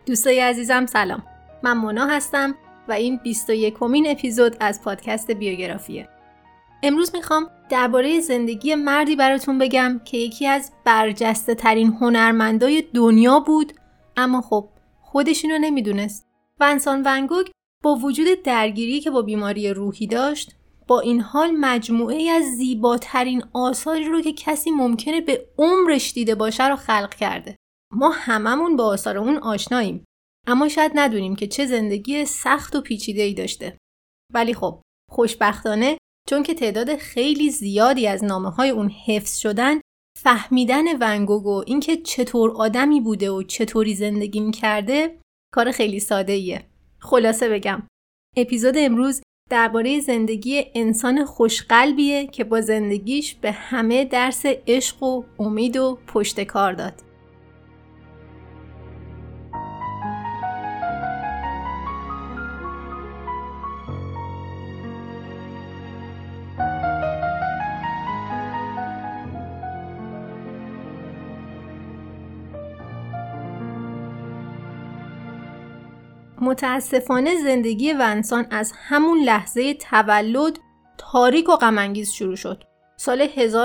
دوستای عزیزم سلام. من مونا هستم و این 21مین اپیزود از پادکست بیوگرافیه. امروز میخوام درباره زندگی مردی براتون بگم که یکی از برجسته ترین هنرمندای دنیا بود، اما خب خودش اینو نمیدونست. ونسان ون گوگ با وجود درگیری که با بیماری روحی داشت، با این حال مجموعه از زیباترین آثاری رو که کسی ممکنه به عمرش دیده باشه رو خلق کرده. ما هممون با آثار اون آشناییم، اما شاید ندونیم که چه زندگی سخت و پیچیده‌ای داشته. ولی خب خوشبختانه چون که تعداد خیلی زیادی از نامه‌های اون حفظ شدن، فهمیدن ون گوگ و اینکه چطور آدمی بوده و چطوری زندگی می‌کرده کار خیلی ساده‌ایه. خلاصه بگم اپیزود امروز درباره زندگی انسان خوشقلبیه که با زندگیش به همه درس عشق و امید و پشتکار داد. متاسفانه زندگی ونسان از همون لحظه تولد تاریک و غم‌انگیز شروع شد. سال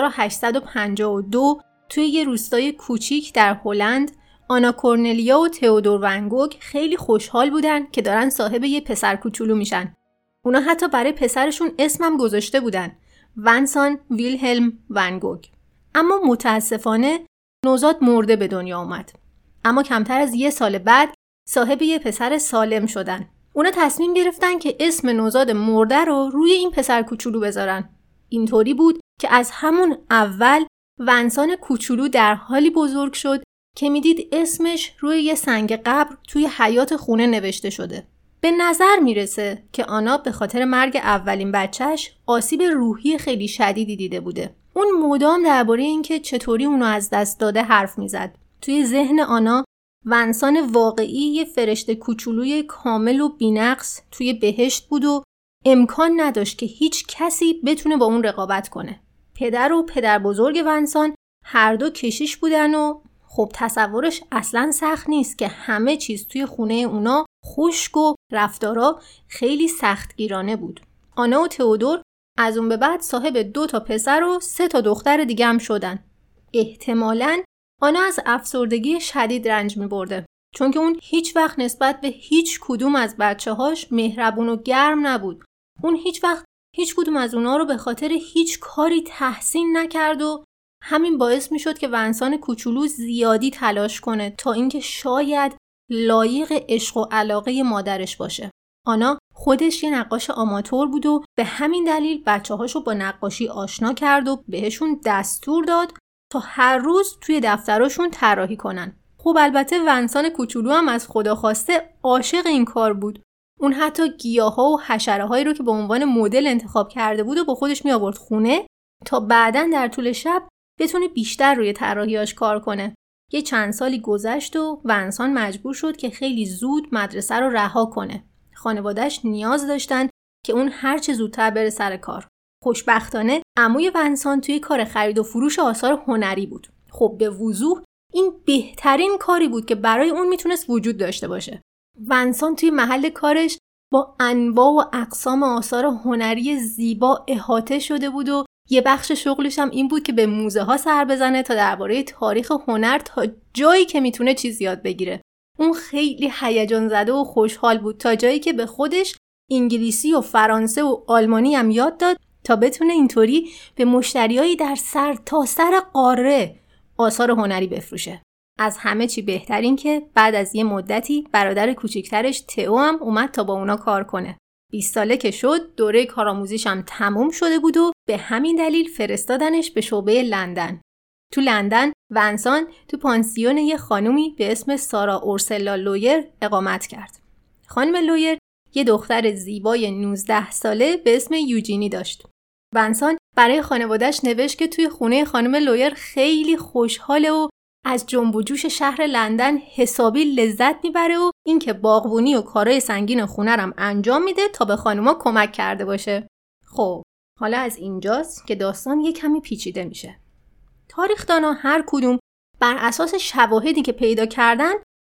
1852 توی یه روستای کوچیک در هلند، آنا کورنلیا و تئودور ون گوگ خیلی خوشحال بودن که دارن صاحب یه پسر کوچولو میشن. اونا حتی برای پسرشون اسمم گذاشته بودن، ونسان ویلهلم ون گوگ. اما متاسفانه نوزاد مرده به دنیا اومد. اما کمتر از یه سال بعد صاحب یه پسر سالم شدن. اونا تصمیم گرفتن که اسم نوزاد مرده رو روی این پسر کوچولو بذارن. اینطوری بود که از همون اول ونسان کوچولو در حالی بزرگ شد که میدید اسمش روی یه سنگ قبر توی حیاط خونه نوشته شده. به نظر میرسه که آنا به خاطر مرگ اولین بچهش آسیب روحی خیلی شدیدی دیده بوده. اون مدام درباره اینکه چطوری اونو از دست داده حرف میزد. توی ذهن آنا ونسان واقعی یه فرشته کوچولوی کامل و بی‌نقص توی بهشت بود و امکان نداشت که هیچ کسی بتونه با اون رقابت کنه. پدر و پدر بزرگ ونسان هر دو کشیش بودن و خب تصورش اصلاً سخت نیست که همه چیز توی خونه اونا خشک و رفتارا خیلی سختگیرانه بود. آنا و تئودور از اون به بعد صاحب 2 پسر و 3 دختر دیگه هم شدن. احتمالاً آنا از افسردگی شدید رنج می‌برده، چون که اون هیچ وقت نسبت به هیچ کدوم از بچه‌هاش مهربون و گرم نبود. اون هیچ وقت هیچ کدوم از اونا رو به خاطر هیچ کاری تحسین نکرد و همین باعث می‌شد که ونسان کوچولو زیادی تلاش کنه تا اینکه شاید لایق عشق و علاقه مادرش باشه. آنا خودش یه نقاش آماتور بود و به همین دلیل بچه‌هاشو با نقاشی آشنا کرد و بهشون دستور داد تا هر روز توی دفتراشون طراحی کنن. خب البته ونسان کوچولو هم از خدا خواسته عاشق این کار بود. اون حتی گیاها و حشره‌هایی رو که به عنوان مدل انتخاب کرده بود و با خودش می آورد خونه تا بعداً در طول شب بتونه بیشتر روی طراحیاش کار کنه. یه چند سالی گذشت و ونسان مجبور شد که خیلی زود مدرسه رو رها کنه. خانواده‌اش نیاز داشتن که اون هر چه زودتر بره سر کار. خوشبختانه عموی ونسان توی کار خرید و فروش آثار هنری بود. خب به وضوح این بهترین کاری بود که برای اون میتونست وجود داشته باشه. ونسان توی محل کارش با انواع و اقسام آثار هنری زیبا احاطه شده بود و یه بخش شغلش هم این بود که به موزه ها سر بزنه تا درباره تاریخ هنر تا جایی که میتونه چیز یاد بگیره. اون خیلی هیجان زده و خوشحال بود تا جایی که به خودش انگلیسی و فرانسه و آلمانی هم یاد داد تا بتونه اینطوری به مشتریایی در سرتاسر قاره آثار هنری بفروشه. از همه چی بهترین که بعد از یه مدتی برادر کوچیکترش تئو هم اومد تا با اونا کار کنه. 20 ساله که شد دوره کارآموزیش هم تموم شده بود و به همین دلیل فرستادنش به شعبه لندن. تو لندن ونسان تو پانسیون یه خانومی به اسم سارا اورسلا لویر اقامت کرد. خانم لویر یه دختر زیبای 19 ساله به اسم یوجینی داشت. ونسان برای خانواده‌اش نوشت که توی خونه خانم لویر خیلی خوشحاله و از جنب و جوش شهر لندن حسابی لذت میبره و اینکه باغبونی و کارهای سنگین خونه رم انجام میده تا به خانوما کمک کرده باشه. خب حالا از اینجاست که داستان یه کمی پیچیده میشه. تاریخ‌دانا هر کدوم بر اساس شواهدی که پیدا کردن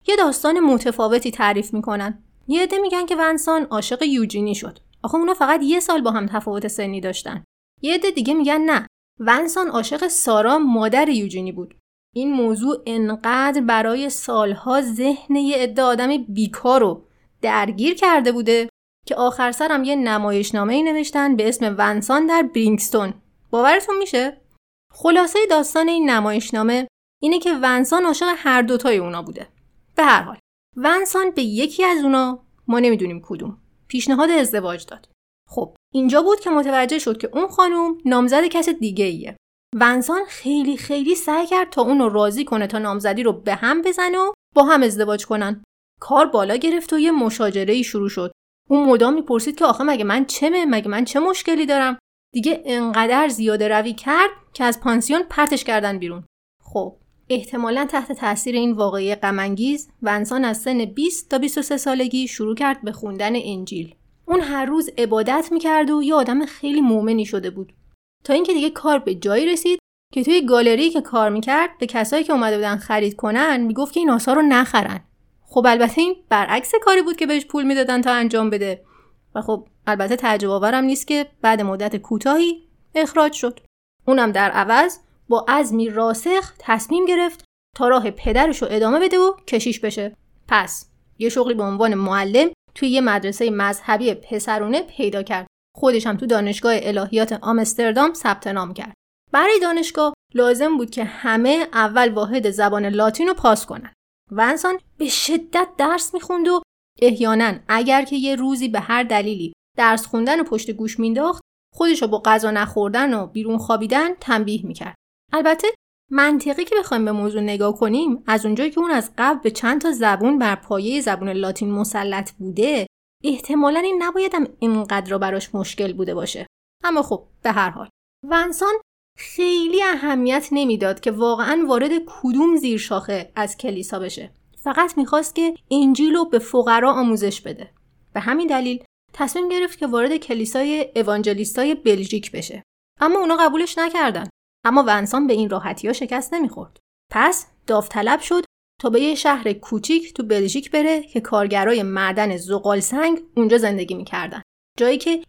یه داستان متفاوتی تعریف میکنن. یه عده میگن که ونسان عاشق یوجینی شد. آخه اونا فقط 1 سال با هم تفاوت سنی داشتن. یه عده دیگه میگن نه، ونسان عاشق سارا مادر یوجینی بود. این موضوع انقدر برای سالها ذهن یه عده آدم بیکار رو درگیر کرده بوده که آخر سر هم یه نمایشنامه‌ای نوشتن به اسم ونسان در برینگستون. باورتون میشه؟ خلاصه داستان این نمایشنامه اینه که ونسان عاشق هر دوتای اونا بوده. به هر حال ونسان به یکی از اونا، ما نمیدونیم کدوم، پیشنهاد ازدواج داد. خب اینجا بود که متوجه شد که اون خانوم نامزد کس دیگه ایه. ونسان خیلی خیلی سعی کرد تا اونو راضی کنه تا نامزدی رو به هم بزنه و با هم ازدواج کنن. کار بالا گرفت و یه مشاجره‌ای شروع شد. اون مدام میپرسید که آخه مگه من چه مشکلی دارم؟ دیگه انقدر زیاده روی کرد که از پانسیون پرتش کردن بیرون. خب احتمالاً تحت تاثیر این واقعه غم انگیز ونسان از سن 20 تا 23 سالگی شروع کرد به خوندن انجیل. اون هر روز عبادت میکرد و یه آدم خیلی مؤمنی شده بود. تا اینکه دیگه کار به جایی رسید که توی گالری که کار میکرد به کسایی که اومده بودن خرید کنن میگفت که این آثار رو نخرن. خب البته این برعکس کاری بود که بهش پول میدادن تا انجام بده و خب البته تعجب آورم نیست که بعد مدت کوتاهی اخراج شد. اونم در عوض با عزمی راسخ تصمیم گرفت تا راه پدرش رو ادامه بده و کشیش بشه. پس یه شغلی به عنوان معلم توی یه مدرسه مذهبی پسرونه پیدا کرد. خودش هم تو دانشگاه الهیات آمستردام ثبت نام کرد. برای دانشگاه لازم بود که همه اول واحد زبان لاتین رو پاس کنن. ونسان به شدت درس میخوند و احیانا اگر که یه روزی به هر دلیلی درس خوندن و پشت گوش مینداخت خودش رو با غذا نخوردن و بیرون خوابیدن تنبیه میکرد. البته منطقی که بخوایم به موضوع نگاه کنیم، از اونجایی که اون از قبل به چند تا زبون بر پایه زبان لاتین مسلط بوده، احتمالاً این نباید هم اینقدر را براش مشکل بوده باشه. اما خب به هر حال ونسان خیلی اهمیت نمیداد که واقعاً وارد کدوم زیر شاخه از کلیسا بشه. فقط میخواست که انجیل رو به فقرا آموزش بده. به همین دلیل تصمیم گرفت که وارد کلیسای اوانجلیستای بلژیک بشه. اما اونا قبولش نکردن. اما ونسان به این راحتی‌ها شکست نمیخورد. پس داوطلب شد تا به یه شهر کوچیک تو بلژیک بره که کارگرای معدن زغال سنگ اونجا زندگی میکردن. جایی که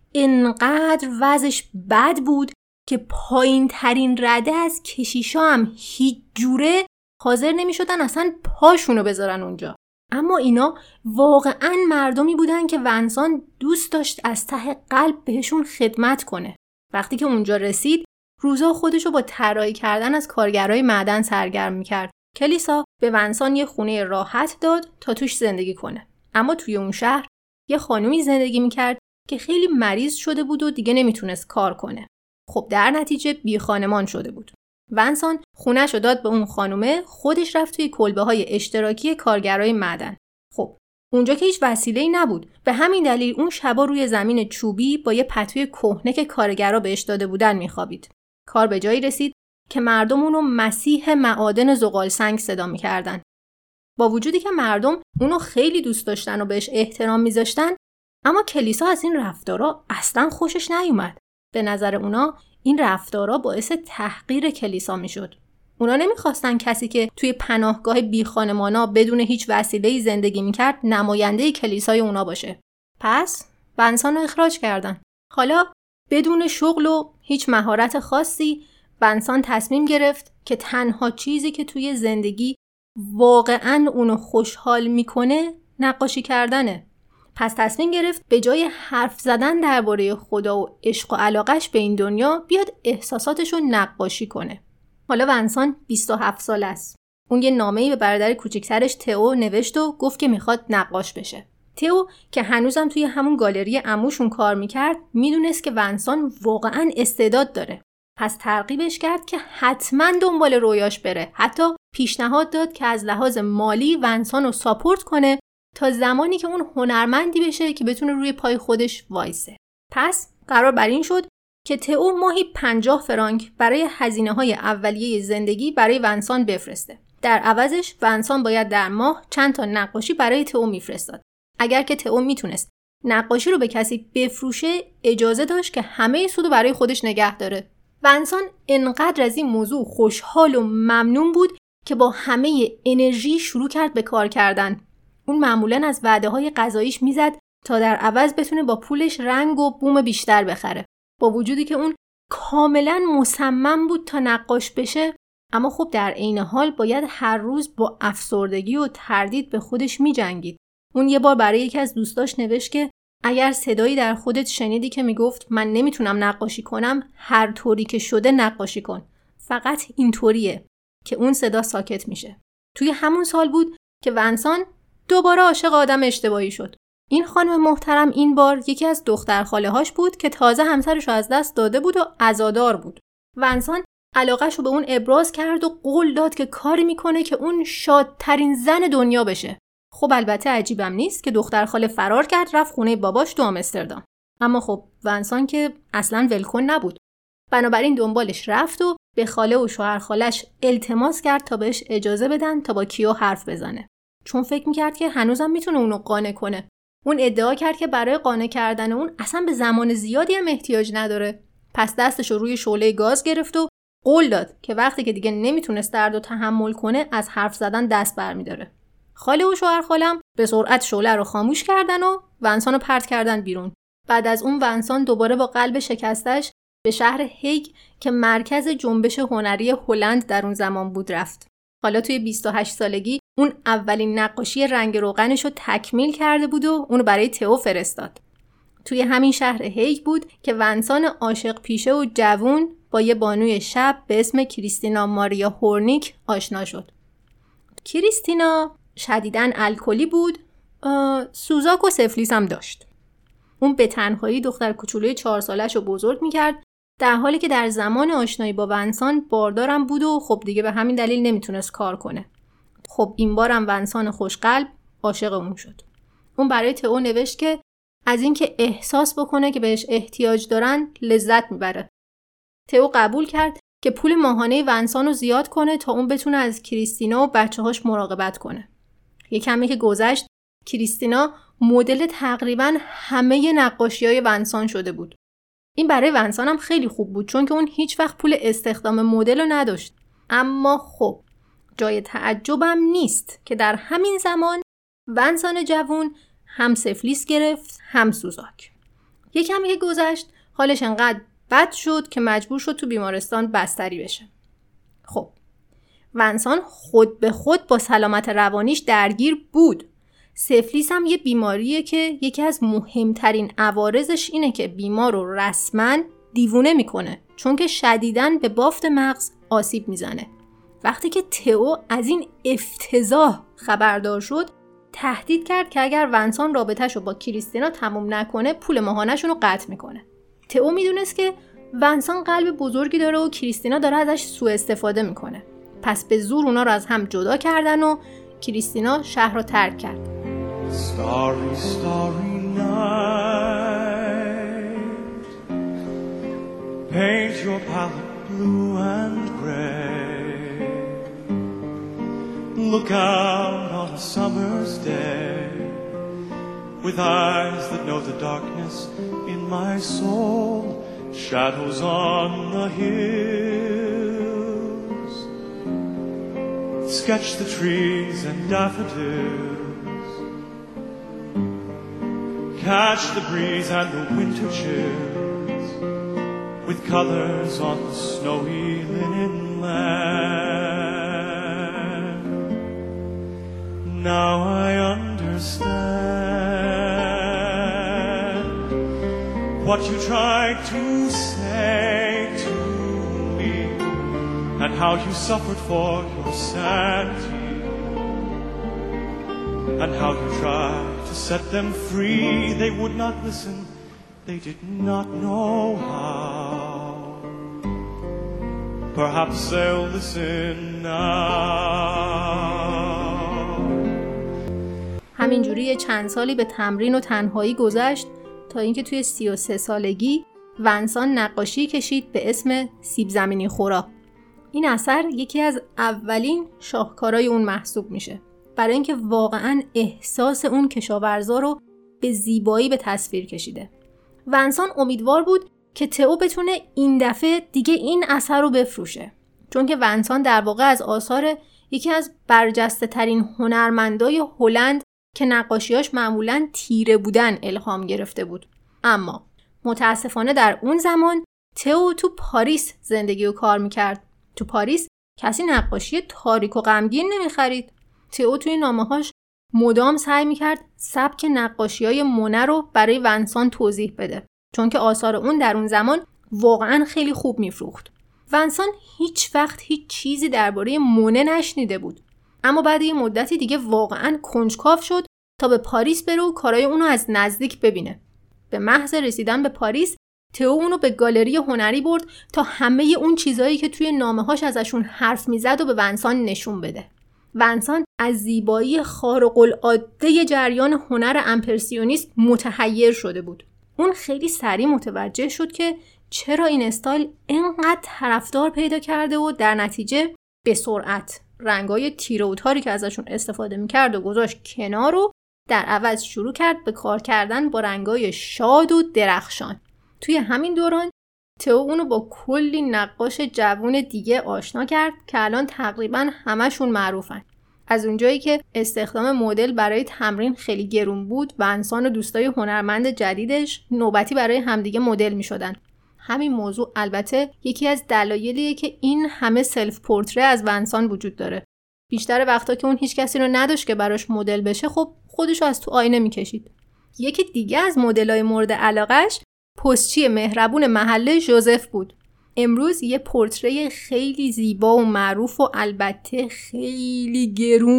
انقدر وضعش بد بود که پایین ترین رده از کشیشا هم هیچ جوره حاضر نمی شدن اصلا پاشونو بذارن اونجا. اما اینا واقعا مردمی بودن که ونسان دوست داشت از ته قلب بهشون خدمت کنه. وقتی که اونجا رسید روزا خودشو با طراحی کردن از کارگرای معدن سرگرم میکرد. کلیسا به ونسان یه خونه راحت داد تا توش زندگی کنه. اما توی اون شهر یه خانومی زندگی میکرد که خیلی مریض شده بود و دیگه نمیتونست کار کنه. خب در نتیجه بی خانمان شده بود. ونسان خونه‌شو داد به اون خانومه، خودش رفت توی کلبه‌های اشتراکی کارگرای معدن. خب اونجا که هیچ وسیله‌ای نبود، به همین دلیل اون شبا روی زمین چوبی با یه پتوی کهنه که کارگرا بهش داده بودن میخوابید. کار به جایی رسید که مردم اونو مسیح معادن زغال سنگ صدا میکردن. با وجودی که مردم اونو خیلی دوست داشتن و بهش احترام میذاشتن، اما کلیسا از این رفتارا اصلاً خوشش نیومد. به نظر اونا این رفتارا باعث تحقیر کلیسا میشد. اونا نمیخواستن کسی که توی پناهگاه بی خانمانا بدون هیچ وسیله‌ای زندگی میکرد نماینده کلیسای اونا باشه. پس ونسان رو اخراج کردن. حالا بدون شغل و هیچ مهارت خاصی ونسان تصمیم گرفت که تنها چیزی که توی زندگی واقعاً اونو خوشحال میکنه نقاشی کردنه. پس تصمیم گرفت به جای حرف زدن درباره خدا و عشق و علاقش به این دنیا بیاد احساساتشو نقاشی کنه. حالا ونسان 27 سال است. اون یه نامه‌ای به برادر کوچیکترش تئو نوشت و گفت که میخواد نقاش بشه. تئو که هنوزم توی همون گالری عموشون کار میکرد میدونست که ونسان واقعاً استعداد داره. پس ترغیبش کرد که حتما دنبال رویاش بره. حتی پیشنهاد داد که از لحاظ مالی ونسان رو ساپورت کنه تا زمانی که اون هنرمندی بشه که بتونه روی پای خودش وایسه. پس قرار بر این شد که تئو ماهی 50 فرانک برای هزینه‌های اولیه زندگی برای ونسان بفرسته. در عوضش ونسان باید در ماه چند تا نقاشی برای تئو میفرستاد. اگر که تئو میتونست نقاشی رو به کسی بفروشه، اجازه داشت که همه سودو برای خودش نگه داره. ونسان انقدر از این موضوع خوشحال و ممنون بود که با همه انرژی شروع کرد به کار کردن. اون معمولاً از وعده‌های غذاییش میزد تا در عوض بتونه با پولش رنگ و بوم بیشتر بخره. با وجودی که اون کاملاً مصمم بود تا نقاش بشه، اما خب در عین حال باید هر روز با افسردگی و تردید به خودش می‌جنگید. اون یه بار برای یکی از دوستاش نوشت که اگر صدایی در خودت شنیدی که میگفت من نمیتونم نقاشی کنم، هر طوری که شده نقاشی کن. فقط اینطوریه که اون صدا ساکت میشه. توی همون سال بود که ونسان دوباره عاشق آدم اشتباهی شد. این خانم محترم این بار یکی از دختر خاله هاش بود که تازه همسرش رو از دست داده بود و عزادار بود. ونسان علاقه‌ش رو به اون ابراز کرد و قول داد که کاری میکنه که اون شادترین زن دنیا بشه. خب البته عجیبم نیست که دختر خاله فرار کرد رفت خونه باباش تو آمستردام. اما خب ونسان که اصلاً ولکن نبود. بنابراین دنبالش رفت و به خاله و شوهر خالش التماس کرد تا بهش اجازه بدن تا با کیو حرف بزنه. چون فکر میکرد که هنوزم میتونه اونو قانع کنه. اون ادعا کرد که برای قانع کردن اون اصلا به زمان زیادی هم احتیاج نداره. پس دستش رو روی شعله گاز گرفت و قول داد که وقتی که دیگه نمیتونست درد رو تحمل کنه از حرف زدن دست برمی‌داره. خاله و شوهر خالم به سرعت شعله رو خاموش کردن و ونسان رو پرت کردن بیرون. بعد از اون ونسان دوباره با قلب شکستش به شهر هیگ که مرکز جنبش هنری هلند در اون زمان بود رفت. حالا توی 28 سالگی اون اولین نقاشی رنگ روغنش رو تکمیل کرده بود و اونو برای تئو فرستاد. توی همین شهر هیگ بود که ونسان عاشق پیشه و جوون با یه بانوی شب به اسم کریستینا ماریا هورنیک آشنا شد. کریستینا شدیداً الکلی بود، سوزاک و سفلیس هم داشت. اون به تنهایی دختر کوچولوی 4 سالش رو بزرگ میکرد، در حالی که در زمان آشنایی با ونسان باردارم بود و خب دیگه به همین دلیل نمیتونست کار کنه. خب این بارم ونسان خوشقلب عاشق اون شد. اون برای تئو نوشت که از اینکه احساس بکنه که بهش احتیاج دارن لذت میبره. تئو قبول کرد که پول ماهانه ونسان رو زیاد کنه تا اون بتونه از کریستینا و بچه‌هاش مراقبت کنه. یه کمی که گذشت کریستینا مدل تقریباً همه نقاشی‌های ونسان شده بود. این برای ونسان هم خیلی خوب بود چون که اون هیچ وقت پول استخدام مدل رو نداشت. اما خب جای تعجبم نیست که در همین زمان ونسان جوون هم سفلیس گرفت هم سوزاک. یه کمی که گذشت حالش انقدر بد شد که مجبور شد تو بیمارستان بستری بشه. خب ونسان خود به خود با سلامت روانیش درگیر بود. سفلیس هم یه بیماریه که یکی از مهمترین عوارضش اینه که بیمار رو رسما دیوونه میکنه چون که شدیداً به بافت مغز آسیب میزنه. وقتی که تئو از این افتضاح خبردار شد تهدید کرد که اگر ونسان رابطه‌شو با کریستینا تموم نکنه پول ماهانه‌شون رو قطع میکنه. تئو میدونست که ونسان قلب بزرگی داره و کریستینا داره ازش سوء استفاده میکنه. پس به زور اونا رو از هم جدا کردن و کریستینا شهر رو ترک کرد. Starry, starry night, paint your palette blue and gray, look out on a summer's day, with eyes that know the darkness in my soul, shadows on the hills, sketch the trees and daffodils, catch the breeze and the winter chills with colors on the snowy linen land. Now I understand what you tried to say to me and how you suffered for your sanity and how you tried to set them free. They would not listen, they did not know how. Perhaps they'll listen now. همینجوری چند سالی به تمرین و تنهایی گذشت تا اینکه توی 33 سالگی ونسان نقاشی کشید به اسم سیب زمینی خورا. این اثر یکی از اولین شاهکارهای اون محسوب میشه. برای اینکه واقعاً احساس اون کشاورزا رو به زیبایی به تصویر کشیده. ونسان امیدوار بود که تئو بتونه این دفعه دیگه این اثر رو بفروشه. چون که ونسان در واقع از آثار یکی از برجسته ترین هنرمندای هلند که نقاشیاش معمولاً تیره بودن الهام گرفته بود. اما متاسفانه در اون زمان تئو تو پاریس زندگی و کار میکرد. تو پاریس کسی نقاشی تاریک و غمگین نمیخرید. تئو توی نامه‌هاش مدام سعی میکرد سبک نقاشی‌های مونه رو برای ونسان توضیح بده، چون که آثار اون در اون زمان واقعاً خیلی خوب میفروخت. ونسان هیچ وقت هیچ چیزی درباره مونه نشنیده بود، اما بعد یه مدتی دیگه واقعاً کنجکاو شد تا به پاریس بره و کارهای اونو از نزدیک ببینه. به محض رسیدن به پاریس، تئو اونو به گالری هنری برد تا همه اون چیزایی که توی نامه‌هاش ازشون حرف میزد و به ونسان نشون بده. ونسان از زیبایی خارق‌العاده جریان هنر امپرسیونیست متحیر شده بود. اون خیلی سریع متوجه شد که چرا این استایل اینقدر طرفدار پیدا کرده و در نتیجه به سرعت رنگای تیره و تاری که ازشون استفاده میکرد و گذاشت کنار و در عوض شروع کرد به کار کردن با رنگای شاد و درخشان. توی همین دوران تئو اونو با کلی نقاش جوون دیگه آشنا کرد که الان تقریبا همشون معروفن. از اونجایی که استخدام مدل برای تمرین خیلی گرون بود، ونسان و دوستای هنرمند جدیدش نوبتی برای همدیگه مدل میشدن. همین موضوع البته یکی از دلایلیه که این همه سلف پورتره از ونسان وجود داره. بیشتر وقتا که اون هیچ کسی رو نداشت که براش مدل بشه، خب خودشو از تو آینه میکشید. یکی دیگه از مدلای مورد علاقش پستچی مهربون محله ژوزف بود. امروز یه پورتره خیلی زیبا و معروف و البته خیلی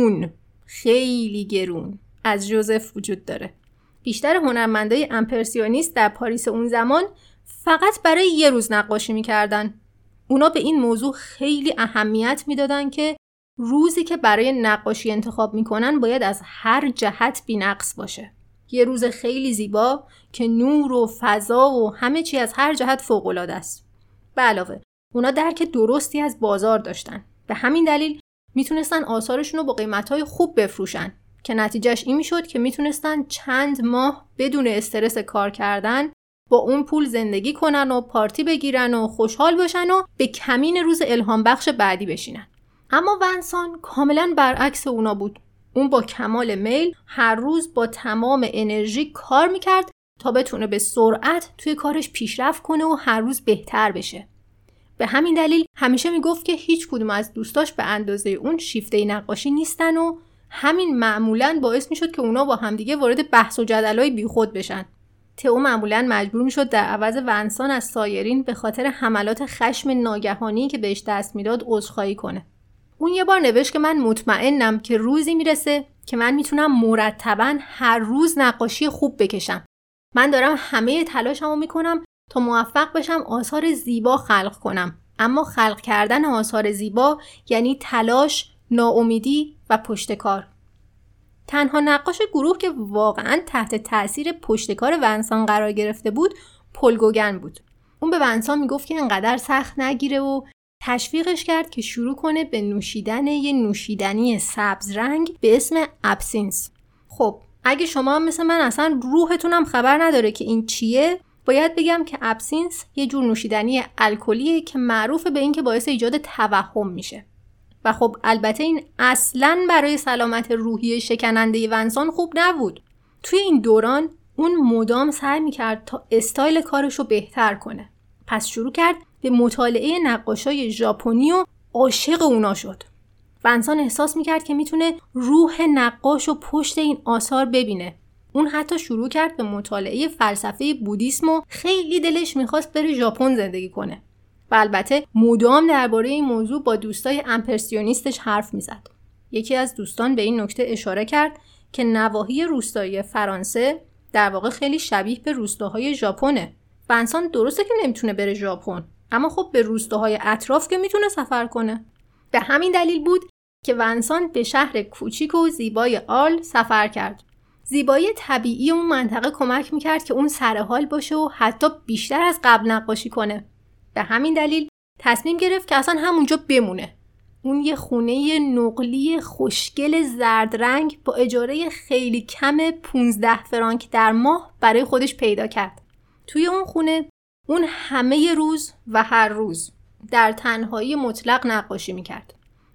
گرون از ژوزف وجود داره. بیشتر هنرمندای امپرسیونیست در پاریس اون زمان فقط برای یه روز نقاشی میکردن. اونا به این موضوع خیلی اهمیت میدادن که روزی که برای نقاشی انتخاب میکنن باید از هر جهت بی‌نقص باشه. یه روز خیلی زیبا که نور و فضا و همه چی از هر جهت فوق‌العاده است. به علاوه اونا درک درستی از بازار داشتن. به همین دلیل میتونستن آثارشون رو با قیمت‌های خوب بفروشن که نتیجهش این میشد که میتونستن چند ماه بدون استرس کار کردن با اون پول زندگی کنن و پارتی بگیرن و خوشحال باشن و به کمین روز الهام بخش بعدی بشینن. اما ونسان کاملا برعکس اونا بود. اون با کمال میل هر روز با تمام انرژی کار میکرد تا بتونه به سرعت توی کارش پیشرفت کنه و هر روز بهتر بشه. به همین دلیل همیشه میگفت که هیچ کدوم از دوستاش به اندازه اون شیفته نقاشی نیستن و همین معمولاً باعث میشد که اونا با همدیگه وارد بحث و جدلای بیخود بشن. تئو معمولاً مجبور میشد در عوض ونسان از سایرین به خاطر حملات خشم ناگهانی که بهش دست میداد عذرخواهی کنه. اون یه بار نوشت که من مطمئنم که روزی میرسه که من میتونم مرتباً هر روز نقاشی خوب بکشم. من دارم همه تلاشمو میکنم تا موفق بشم آثار زیبا خلق کنم. اما خلق کردن آثار زیبا یعنی تلاش، ناامیدی و پشتکار. تنها نقاش گروه که واقعاً تحت تأثیر پشتکار ونسان قرار گرفته بود، پل گوگن بود. اون به ونسان میگفت که انقدر سخت نگیره و تشویقش کرد که شروع کنه به نوشیدن یه نوشیدنی سبز رنگ به اسم ابسینس. خب اگه شما هم مثل من اصلا روحتونم خبر نداره که این چیه، باید بگم که ابسینس یه جور نوشیدنی الکلیه که معروفه به این که باعث ایجاد توهم میشه. و خب البته این اصلاً برای سلامت روحی شکننده ونسان خوب نبود. توی این دوران اون مدام سعی میکرد تا استایل کارشو بهتر کنه. پس شروع کرد به مطالعه نقاشای ژاپنی و عاشق اونا شد. ونسان احساس میکرد که میتونه روح نقاش و پشت این آثار ببینه. اون حتی شروع کرد به مطالعه فلسفه بودیسم و خیلی دلش میخواست بره ژاپن زندگی کنه. و البته مدام درباره این موضوع با دوستای امپرسیونیستش حرف میزد. یکی از دوستان به این نکته اشاره کرد که نواحی روستایی فرانسه در واقع خیلی شبیه به روستاهای ژاپنه. ونسان درسته که نمیتونه بره ژاپن، اما خب به روستاهای اطراف که میتونه سفر کنه. به همین دلیل بود که ونسان به شهر کوچیک و زیبای آرل سفر کرد. زیبایی طبیعی اون منطقه کمک میکرد که اون سرحال باشه و حتی بیشتر از قبل نقاشی کنه. به همین دلیل تصمیم گرفت که اصلا همونجا بمونه. اون یه خونه نقلی خوشگل زرد رنگ با اجاره خیلی کم 15 فرانک در ماه برای خودش پیدا کرد. توی اون خونه اون همه روز و هر روز در تنهایی مطلق نقاشی میکرد.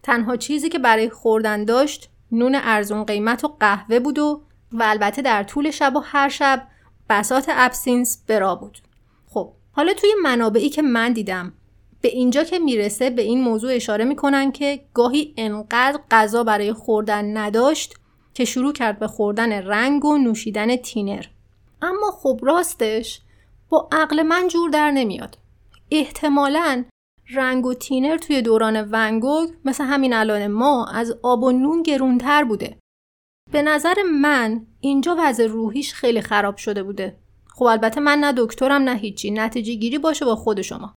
تنها چیزی که برای خوردن داشت نون ارزون قیمت و قهوه بود و البته در طول شب و هر شب بساط ابسینس برا بود. خب حالا توی منابعی که من دیدم به اینجا که میرسه به این موضوع اشاره میکنن که گاهی انقدر غذا برای خوردن نداشت که شروع کرد به خوردن رنگ و نوشیدن تینر. اما خب راستش با عقل من جور در نمیاد. احتمالاً رنگ و تینر توی دوران ون گوگ مثل همین الان ما از آب و نون گرونتر بوده. به نظر من اینجا وضع روحیش خیلی خراب شده بوده. خب البته من نه دکترم نه هیچی، نتیجه گیری باشه با خود شما.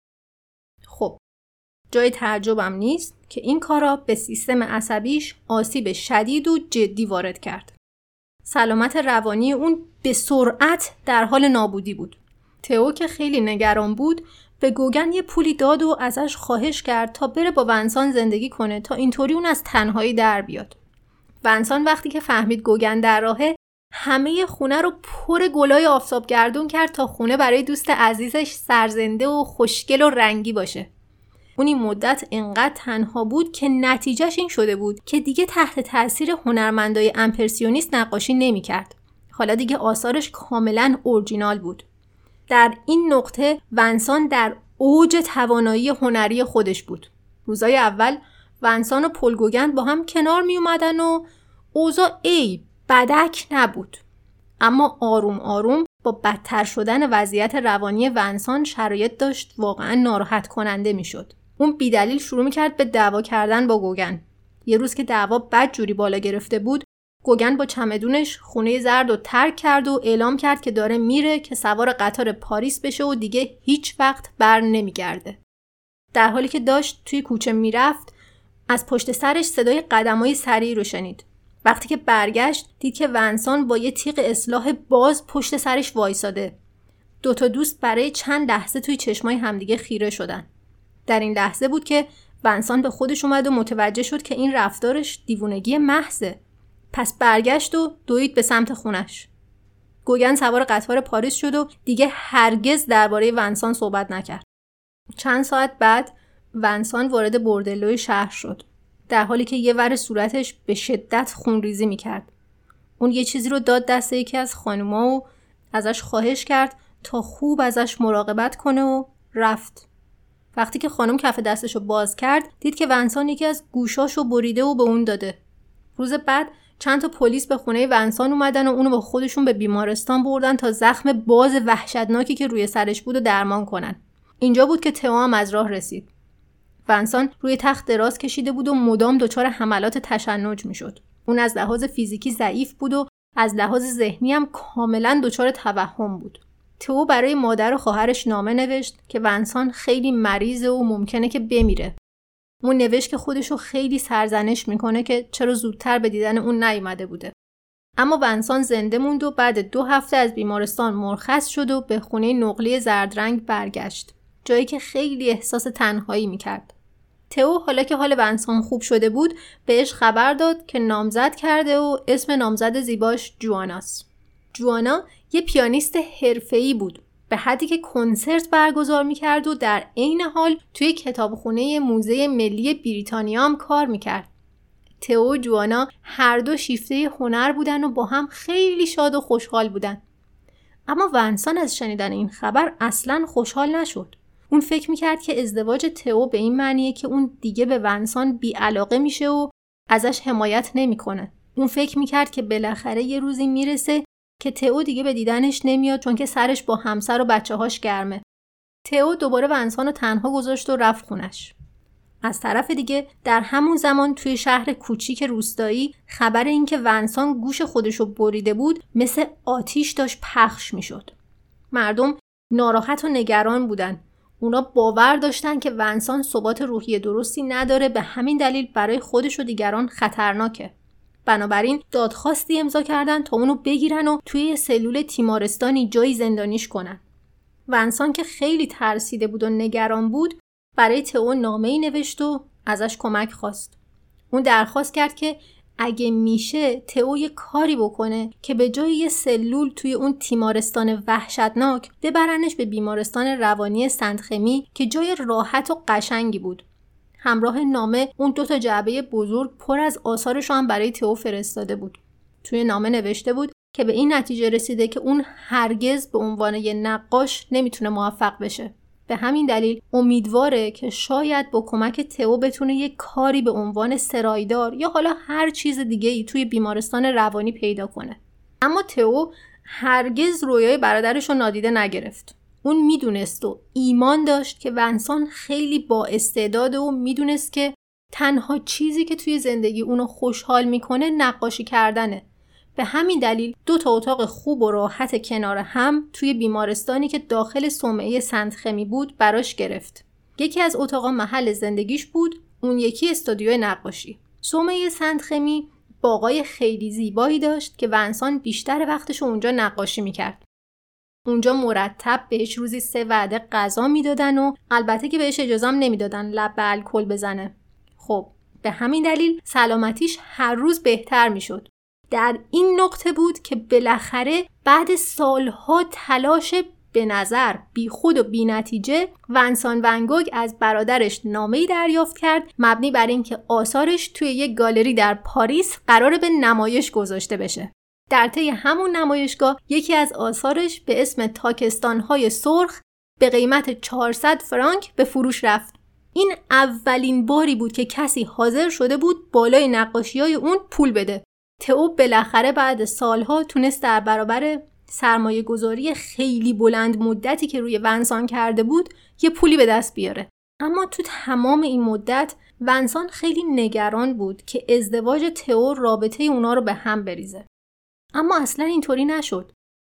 خب جای تعجبم نیست که این کارا به سیستم عصبیش آسیب شدید و جدی وارد کرد. سلامت روانی اون به سرعت در حال نابودی بود. تئو که خیلی نگران بود به گوگن یه پولی داد و ازش خواهش کرد تا بره با ونسان زندگی کنه تا اینطوری اون از تنهایی در بیاد. ونسان وقتی که فهمید گوگن در راهه همه خونه رو پر گلای آفتاب گردون کرد تا خونه برای دوست عزیزش سرزنده و خوشگل و رنگی باشه. اون این مدت انقدر تنها بود که نتیجهش این شده بود که دیگه تحت تاثیر هنرمندای امپرسیونیست نقاشی نمی‌کرد. حالا دیگه آثارش کاملاً اورجینال بود. در این نقطه ونسان در اوج توانایی هنری خودش بود. روزای اول ونسان و پل گوگن با هم کنار می اومدن و اوضاع بدک نبود. اما آروم آروم با بدتر شدن وضعیت روانی ونسان شرایط داشت واقعا ناراحت کننده می شد. اون بیدلیل شروع می کرد به دعوا کردن با گوگن. یه روز که دعوا بدجوری بالا گرفته بود، گوگن با چمدونش خونه زرد رو ترک کرد و اعلام کرد که داره میره که سوار قطار پاریس بشه و دیگه هیچ وقت بر نمیگرده. در حالی که داشت توی کوچه میرفت از پشت سرش صدای قدمای سریع رو شنید. وقتی که برگشت دید که ونسان با یه تیغ اصلاح باز پشت سرش وایساده. دوتا دوست برای چند لحظه توی چشمای همدیگه خیره شدن. در این لحظه بود که ونسان به خودش اومد و متوجه شد که این رفتارش دیوونگی محضه. پس برگشت و دوید به سمت خونش. گوگن سوار قطار پاریس شد و دیگه هرگز درباره ونسان صحبت نکرد. چند ساعت بعد ونسان وارد بردلوی شهر شد، در حالی که یه ور صورتش به شدت خونریزی میکرد. اون یه چیزی رو داد دست یکی از خانوما و ازش خواهش کرد تا خوب ازش مراقبت کنه و رفت. وقتی که خانم کف دستشو باز کرد دید که ونسان یکی از گوشاشو بریده و به اون داده. روز بعد چند تا پلیس به خونه ونسان اومدن و اونو با خودشون به بیمارستان بردن تا زخم باز وحشتناکی که روی سرش بود و درمان کنن. اینجا بود که تئو هم از راه رسید. ونسان روی تخت دراز کشیده بود و مدام دچار حملات تشنج میشد. اون از لحاظ فیزیکی ضعیف بود و از لحاظ ذهنی هم کاملا دچار توهم بود. تئو برای مادر و خواهرش نامه نوشت که ونسان خیلی مریضه و ممکنه که بمیره. اون نوشت که خودشو خیلی سرزنش میکنه که چرا زودتر به دیدن اون نیومده بوده. اما ونسان زنده موند و بعد 2 هفته از بیمارستان مرخص شد و به خونه نقلی زردرنگ برگشت، جایی که خیلی احساس تنهایی میکرد. تئو حالا که حال ونسان خوب شده بود بهش خبر داد که نامزد کرده و اسم نامزد زیباش جواناست. جوانا یه پیانیست حرفه‌ای بود، به حدی که کنسرت برگزار میکرد و در عین حال توی کتابخونه موزه ملی بریتانیا هم کار میکرد. تئو و جوانا هر دو شیفته هنر بودن و با هم خیلی شاد و خوشحال بودن. اما ونسان از شنیدن این خبر اصلاً خوشحال نشد. اون فکر میکرد که ازدواج تئو به این معنیه که اون دیگه به ونسان بی‌علاقه میشه و ازش حمایت نمیکنه. اون فکر میکرد که بالاخره یه روزی میرسه که تئو دیگه به دیدنش نمیاد چون که سرش با همسر و بچه‌هاش گرمه. تئو دوباره ونسان رو تنها گذاشت و رفت خونش. از طرف دیگه در همون زمان توی شهر کوچیک روستایی خبر این که ونسان گوش خودشو بریده بود مثل آتیش داشت پخش میشد. مردم ناراحت و نگران بودن. اونا باور داشتن که ونسان ثبات روحی درستی نداره، به همین دلیل برای خودش و دیگران خطرناکه. بنابراین دادخواستی امضا کردن تا اونو بگیرن و توی سلول تیمارستانی جایی زندانیش کنن. ونسان که خیلی ترسیده بود و نگران بود برای تئو نامه‌ای نوشت و ازش کمک خواست. اون درخواست کرد که اگه میشه تئو یه کاری بکنه که به جای یه سلول توی اون تیمارستان وحشتناک ببرنش به بیمارستان روانی سنت خمی که جای راحت و قشنگی بود. همراه نامه اون 2 جعبه بزرگ پر از آثارش هم برای تئو فرستاده بود. توی نامه نوشته بود که به این نتیجه رسیده که اون هرگز به عنوان یه نقاش نمیتونه موفق بشه. به همین دلیل امیدواره که شاید با کمک تئو بتونه یه کاری به عنوان سرایدار یا حالا هر چیز دیگه‌ای توی بیمارستان روانی پیدا کنه. اما تئو هرگز رویای برادرش رو نادیده نگرفت. اون میدونست و ایمان داشت که ونسان خیلی با استعداده و میدونست که تنها چیزی که توی زندگی اونو خوشحال میکنه نقاشی کردنه. به همین دلیل 2 تا اتاق خوب و راحت کنار هم توی بیمارستانی که داخل صومعه سندخمی بود براش گرفت. یکی از اتاقا محل زندگیش بود، اون یکی استودیو نقاشی. صومعه سندخمی باغای خیلی زیبایی داشت که ونسان بیشتر وقتش اونجا نقاشی میکرد. اونجا مرتب بهش روزی 3 وعده غذا میدادن و البته که بهش اجازه هم نمیدادن لب به الکل بزنه. خب به همین دلیل سلامتیش هر روز بهتر میشد. در این نقطه بود که بالاخره بعد سالها تلاش به نظر بیخود و بی نتیجه ونسان ون گوگ از برادرش نامه‌ای دریافت کرد مبنی بر اینکه آثارش توی یک گالری در پاریس قراره به نمایش گذاشته بشه. در طی همون نمایشگاه یکی از آثارش به اسم تاکستان‌های سرخ به قیمت 400 فرانک به فروش رفت. این اولین باری بود که کسی حاضر شده بود بالای نقاشی‌های اون پول بده. تئو بالاخره بعد سالها تونست در برابر سرمایه گذاری خیلی بلند مدتی که روی ونسان کرده بود یه پولی به دست بیاره. اما تو تمام این مدت ونسان خیلی نگران بود که ازدواج تئو رابطه اونا رو به هم بریزه. اما اصلا اینطوری نشد.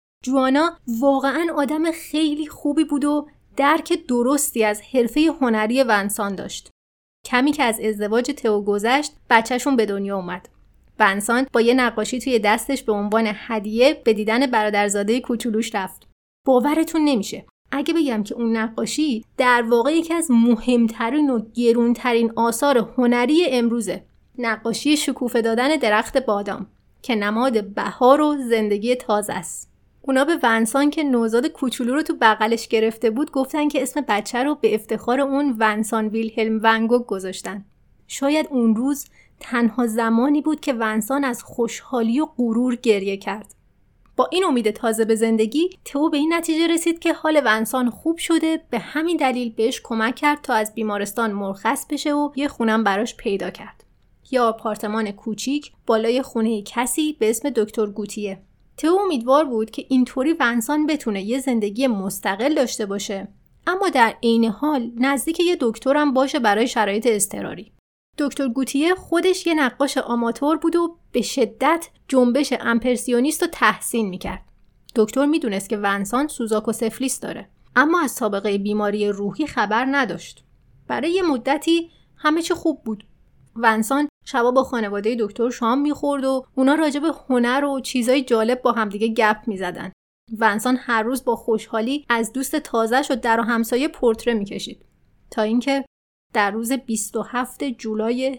جوانا واقعا آدم خیلی خوبی بود و درک درستی از حرفه هنری ونسان داشت. کمی که از ازدواج تئو گذشت بچهشون به دنیا اومد. ونسان با یه نقاشی توی دستش به عنوان هدیه به دیدن برادرزاده کوچولوش رفت. باورتون نمیشه اگه بگم که اون نقاشی در واقع یکی از مهمترین و گرونترین آثار هنری امروزه. نقاشی شکوفه دادن درخت بادام که نماد بهار و زندگی تازه است. اونا به ونسان که نوزاد کوچولو رو تو بغلش گرفته بود گفتن که اسم بچه رو به افتخار اون ونسان ویلهلم ون گوگ گذاشتن. شاید اون روز تنها زمانی بود که ونسان از خوشحالی و غرور گریه کرد. با این امید تازه به زندگی تئو به این نتیجه رسید که حال ونسان خوب شده، به همین دلیل بهش کمک کرد تا از بیمارستان مرخص بشه و یه خونم براش پیدا کرد. یه آپارتمان کوچیک بالای خونه کسی به اسم دکتر گوتیه. تئو امیدوار بود که اینطوری ونسان بتونه یه زندگی مستقل داشته باشه، اما در عین حال نزدیک یه دکترم باشه برای شرایط اضطراری. دکتر گوتیه خودش یه نقاش آماتور بود و به شدت جنبش امپرسیونیست رو تحسین میکرد. دکتر میدونست که ونسان سوزاک و سفلیس داره، اما از سابقه بیماری روحی خبر نداشت. برای یه مدتی همه چی خوب بود. ونسان شبا با خانواده دکتر شام میخورد و اونا راجع به هنر و چیزای جالب با همدیگه گپ میزدن. ونسان هر روز با خوشحالی از دوست تازه‌ش و در و همسایه پورتره میکشید تا اینکه در روز 27 جولای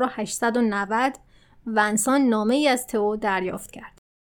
1890 ونسان نامه‌ای از تئو دریافت کرد.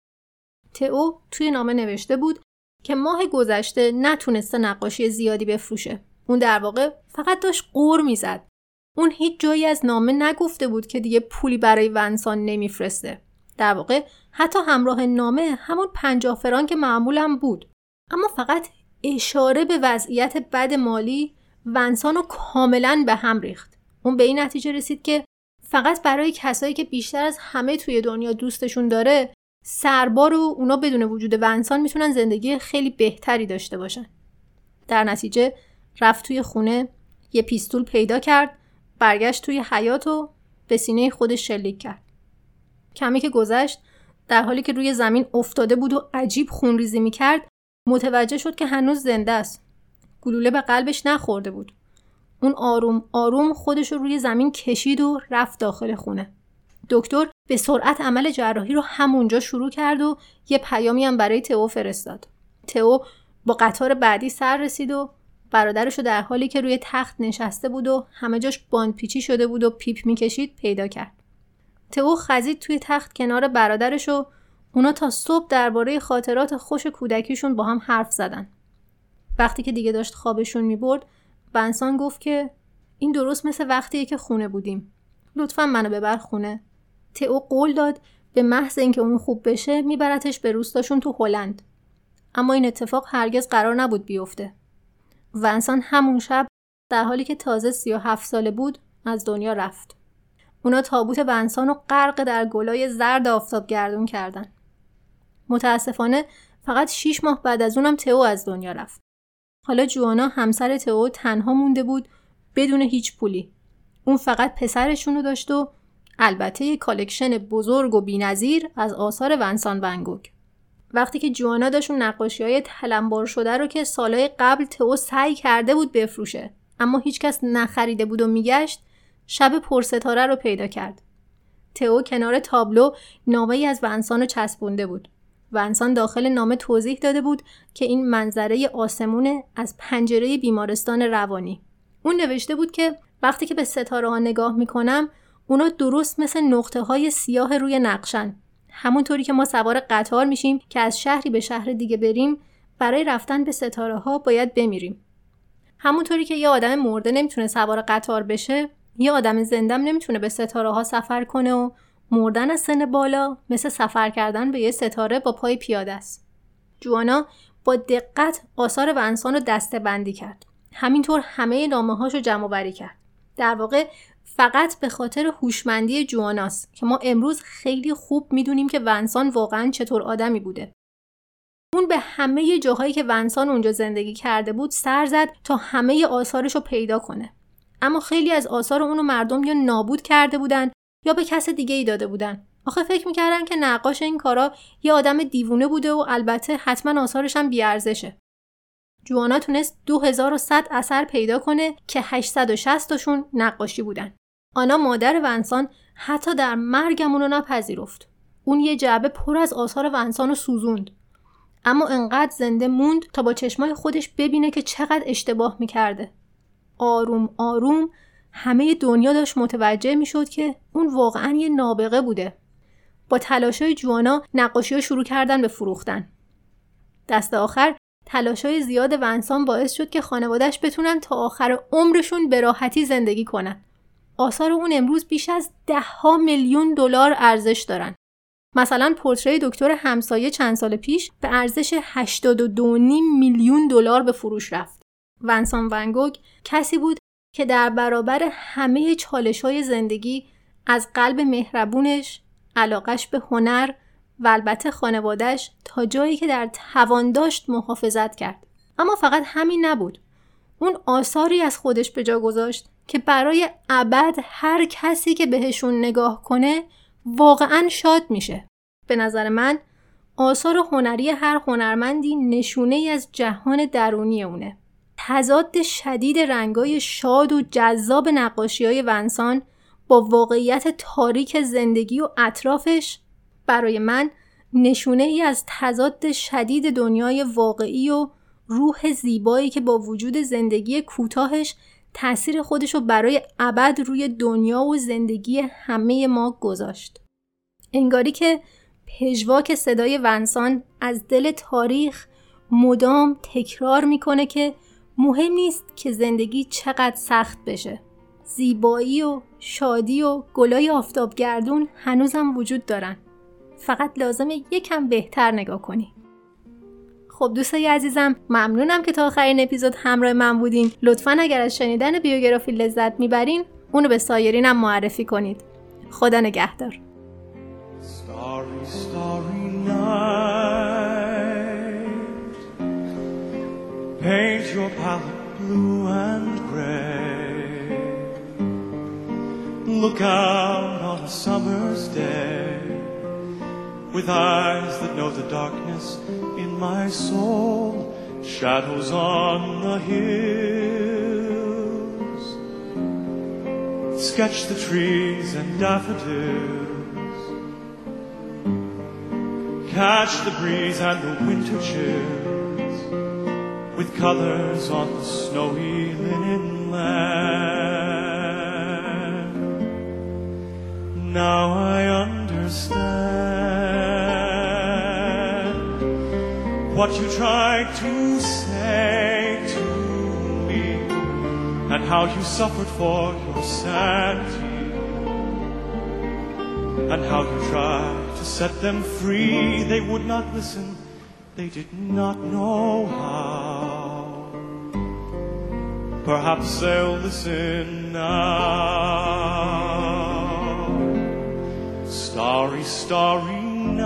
تئو توی نامه نوشته بود که ماه گذشته نتونسته نقاشی زیادی بفروشه. اون در واقع فقط داشت غر میزد. اون هیچ جایی از نامه نگفته بود که دیگه پولی برای ونسان نمیفرسته. در واقع حتی همراه نامه همون 50 فرانک معمول هم بود. اما فقط اشاره به وضعیت بد مالی ونسان رو کاملاً به هم ریخت. اون به این نتیجه رسید که فقط برای کسایی که بیشتر از همه توی دنیا دوستشون داره سربار و اونا بدون وجود ونسان میتونن زندگی خیلی بهتری داشته باشن. در نتیجه رفت توی خونه، یه پیستول پیدا کرد، برگشت توی حیاط و به سینه خودش شلیک کرد. کمی که گذشت، در حالی که روی زمین افتاده بود و عجیب خونریزی میکرد، متوجه شد که هنوز زنده است. گلوله به قلبش نخورده بود. اون آروم آروم خودش رو روی زمین کشید و رفت داخل خونه. دکتر به سرعت عمل جراحی رو همونجا شروع کرد و یه پیامی هم برای تئو فرستاد. تئو با قطار بعدی سر رسید و برادرش رو در حالی که روی تخت نشسته بود و همه جاش باندپیچی شده بود و پیپ میکشید پیدا کرد. تئو خزید توی تخت کنار برادرش و اونا تا صبح درباره خاطرات خوش کودکیشون با هم حرف زدن. وقتی که دیگه داشت خوابشون میبرد، ونسان گفت که این درست مثل وقتیه که خونه بودیم. لطفاً منو ببر خونه. تئو قول داد به محض اینکه اون خوب بشه میبرتش به روستاشون تو هلند. اما این اتفاق هرگز قرار نبود بیفته. ونسان همون شب در حالی که تازه 37 ساله بود از دنیا رفت. اونا تابوت ونسان رو غرق در گلای زرد آفتاب گردون کردن. متاسفانه فقط 6 ماه بعد از اونم تئو از دنیا رفت. حالا جوانا همسر تئو تنها مونده بود بدون هیچ پولی. اون فقط پسرشون رو داشت و البته یک کالکشن بزرگ و بی‌نظیر از آثار ونسان ون گوگ. وقتی که جوانا داشت اون نقاشی‌های تلمبار شده رو که سالهای قبل تئو سعی کرده بود بفروشه اما هیچکس نخریده بود و میگشت، شب پرستاره رو پیدا کرد. تئو کنار تابلو نامه‌ای از ونسان رو چسبونده بود. ونسان داخل نامه توضیح داده بود که این منظره آسمونه از پنجره بیمارستان روانی. اون نوشته بود که وقتی که به ستاره ها نگاه میکنم اونا درست مثل نقطه های سیاه روی نقشن. همونطوری که ما سوار قطار میشیم که از شهری به شهر دیگه بریم، برای رفتن به ستاره ها باید بمیریم. همونطوری که یه آدم مرده نمیتونه سوار قطار بشه، یه آدم زندم نمیتونه به ستاره ها سفر کنه و مردن از سن بالا مثل سفر کردن به یه ستاره با پای پیاده است. جوانا با دقت آثار ونسان رو دسته‌بندی کرد. همینطور همه نامه‌هاشو جمع‌آوری کرد. در واقع فقط به خاطر هوشمندی جواناست که ما امروز خیلی خوب میدونیم که ونسان واقعاً چطور آدمی بوده. اون به همه جاهایی که ونسان اونجا زندگی کرده بود سر زد تا همه آثارشو پیدا کنه. اما خیلی از آثار اونو مردم یا نابود کرده بودن یا به کس دیگه ای داده بودن. آخه فکر میکردن که نقاش این کارا یه آدم دیوونه بوده و البته حتما آثارش هم بی‌ارزشه. جوانا تونست 2100 اثر پیدا کنه که 860 تاشون نقاشی بودن. آنا مادر ونسان حتی در مرگمون رو نپذیرفت. اون یه جعبه پر از آثار ونسان رو سوزوند. اما انقدر زنده موند تا با چشمای خودش ببینه که چقدر اشتباه میکرده. آروم آروم همه دنیا داشت متوجه میشد که اون واقعا یه نابغه بوده. با تلاشای جوانا نقاشی‌ها شروع کردن به فروختن. دست آخر تلاشای زیاد ونسان باعث شد که خانواده‌اش بتونن تا آخر عمرشون به راحتی زندگی کنن. آثار اون امروز بیش از 10 میلیون دلار ارزش دارن. مثلا پورتری دکتر همسایه چند سال پیش به ارزش 82.5 میلیون دلار به فروش رفت. ونسان ون گوگ کسی بود که در برابر همه چالش‌های زندگی از قلب مهربونش، علاقش به هنر و البته خانواده‌اش تا جایی که در توان داشت محافظت کرد. اما فقط همین نبود. اون آثاری از خودش به جا گذاشت که برای ابد هر کسی که بهشون نگاه کنه واقعاً شاد میشه. به نظر من آثار هنری هر هنرمندی نشونه‌ای از جهان درونی اونه. تضاد شدید رنگای شاد و جذاب نقاشی‌های ونسان با واقعیت تاریک زندگی و اطرافش برای من نشونه‌ای از تضاد شدید دنیای واقعی و روح زیبایی که با وجود زندگی کوتاهش تأثیر خودشو برای ابد روی دنیا و زندگی همه ما گذاشت. انگاری که پژواک صدای ونسان از دل تاریخ مدام تکرار میکنه که مهم نیست که زندگی چقدر سخت بشه. زیبایی و شادی و گلای آفتابگردون هنوزم وجود دارن. فقط لازمه یکم بهتر نگاه کنی. خب دوستای عزیزم، ممنونم که تا آخرین اپیزود همراه من بودین. لطفاً اگر از شنیدن بیوگرافی لذت میبرین اونو به سایرینم معرفی کنید. خدا نگهدار. Starry, starry night, paint your palette blue and gray. Look out on a summer's day, with eyes that know the darkness in my soul, shadows on the hills. Sketch the trees and daffodils, catch the breeze and the winter chills, with colors on the snowy linen land. Now I understand what you tried to say to me, and how you suffered for your sanity, and how you tried to set them free. They would not listen, they did not know how. Perhaps they'll listen now. Starry, starry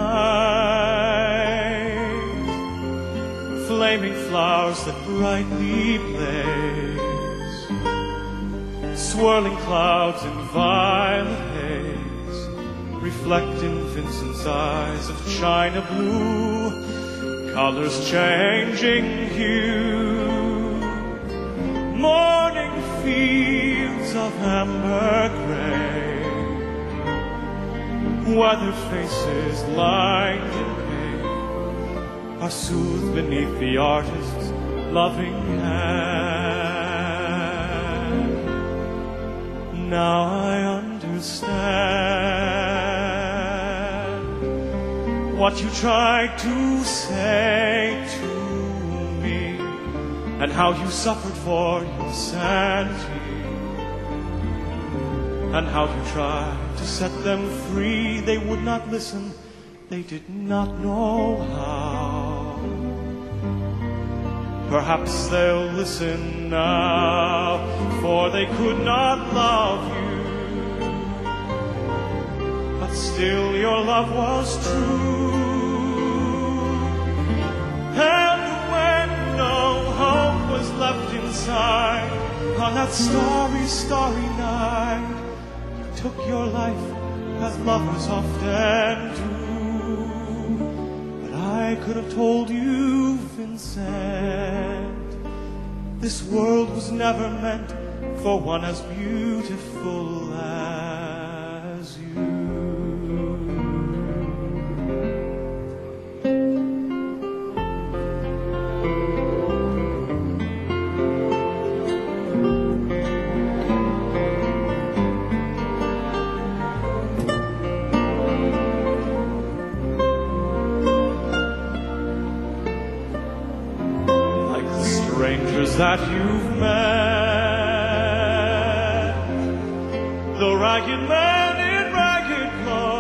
night, flaming flowers that brightly blaze, swirling clouds in violet haze, reflect in Vincent's eyes of china blue, colors changing hue, morning fields of amber gray, weathered faces lined in pain are soothed beneath the artist's loving hand. Now I understand what you tried to say to me, and how you suffered for your sanity, and how you tried to set them free. They would not listen, they did not know how. Perhaps they'll listen now, for they could not love you, but still your love was true. And when no hope was left inside, on that starry, starry night, you took your life as lovers often do. But I could have told you, Vincent, this world was never meant for one as beautiful as you. Strangers that you've met, the ragged man in ragged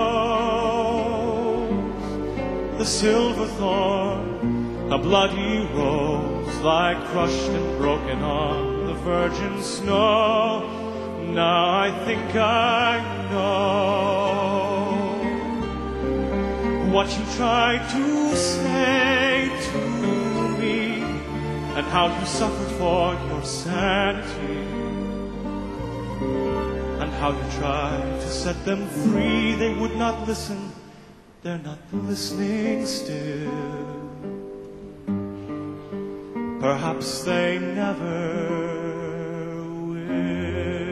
clothes, the silver thorn, a bloody rose, lie crushed and broken on the virgin snow. Now I think I know what you tried to say to me, and how you suffered for your sanity, and how you tried to set them free. They would not listen, they're not listening still. Perhaps they never will.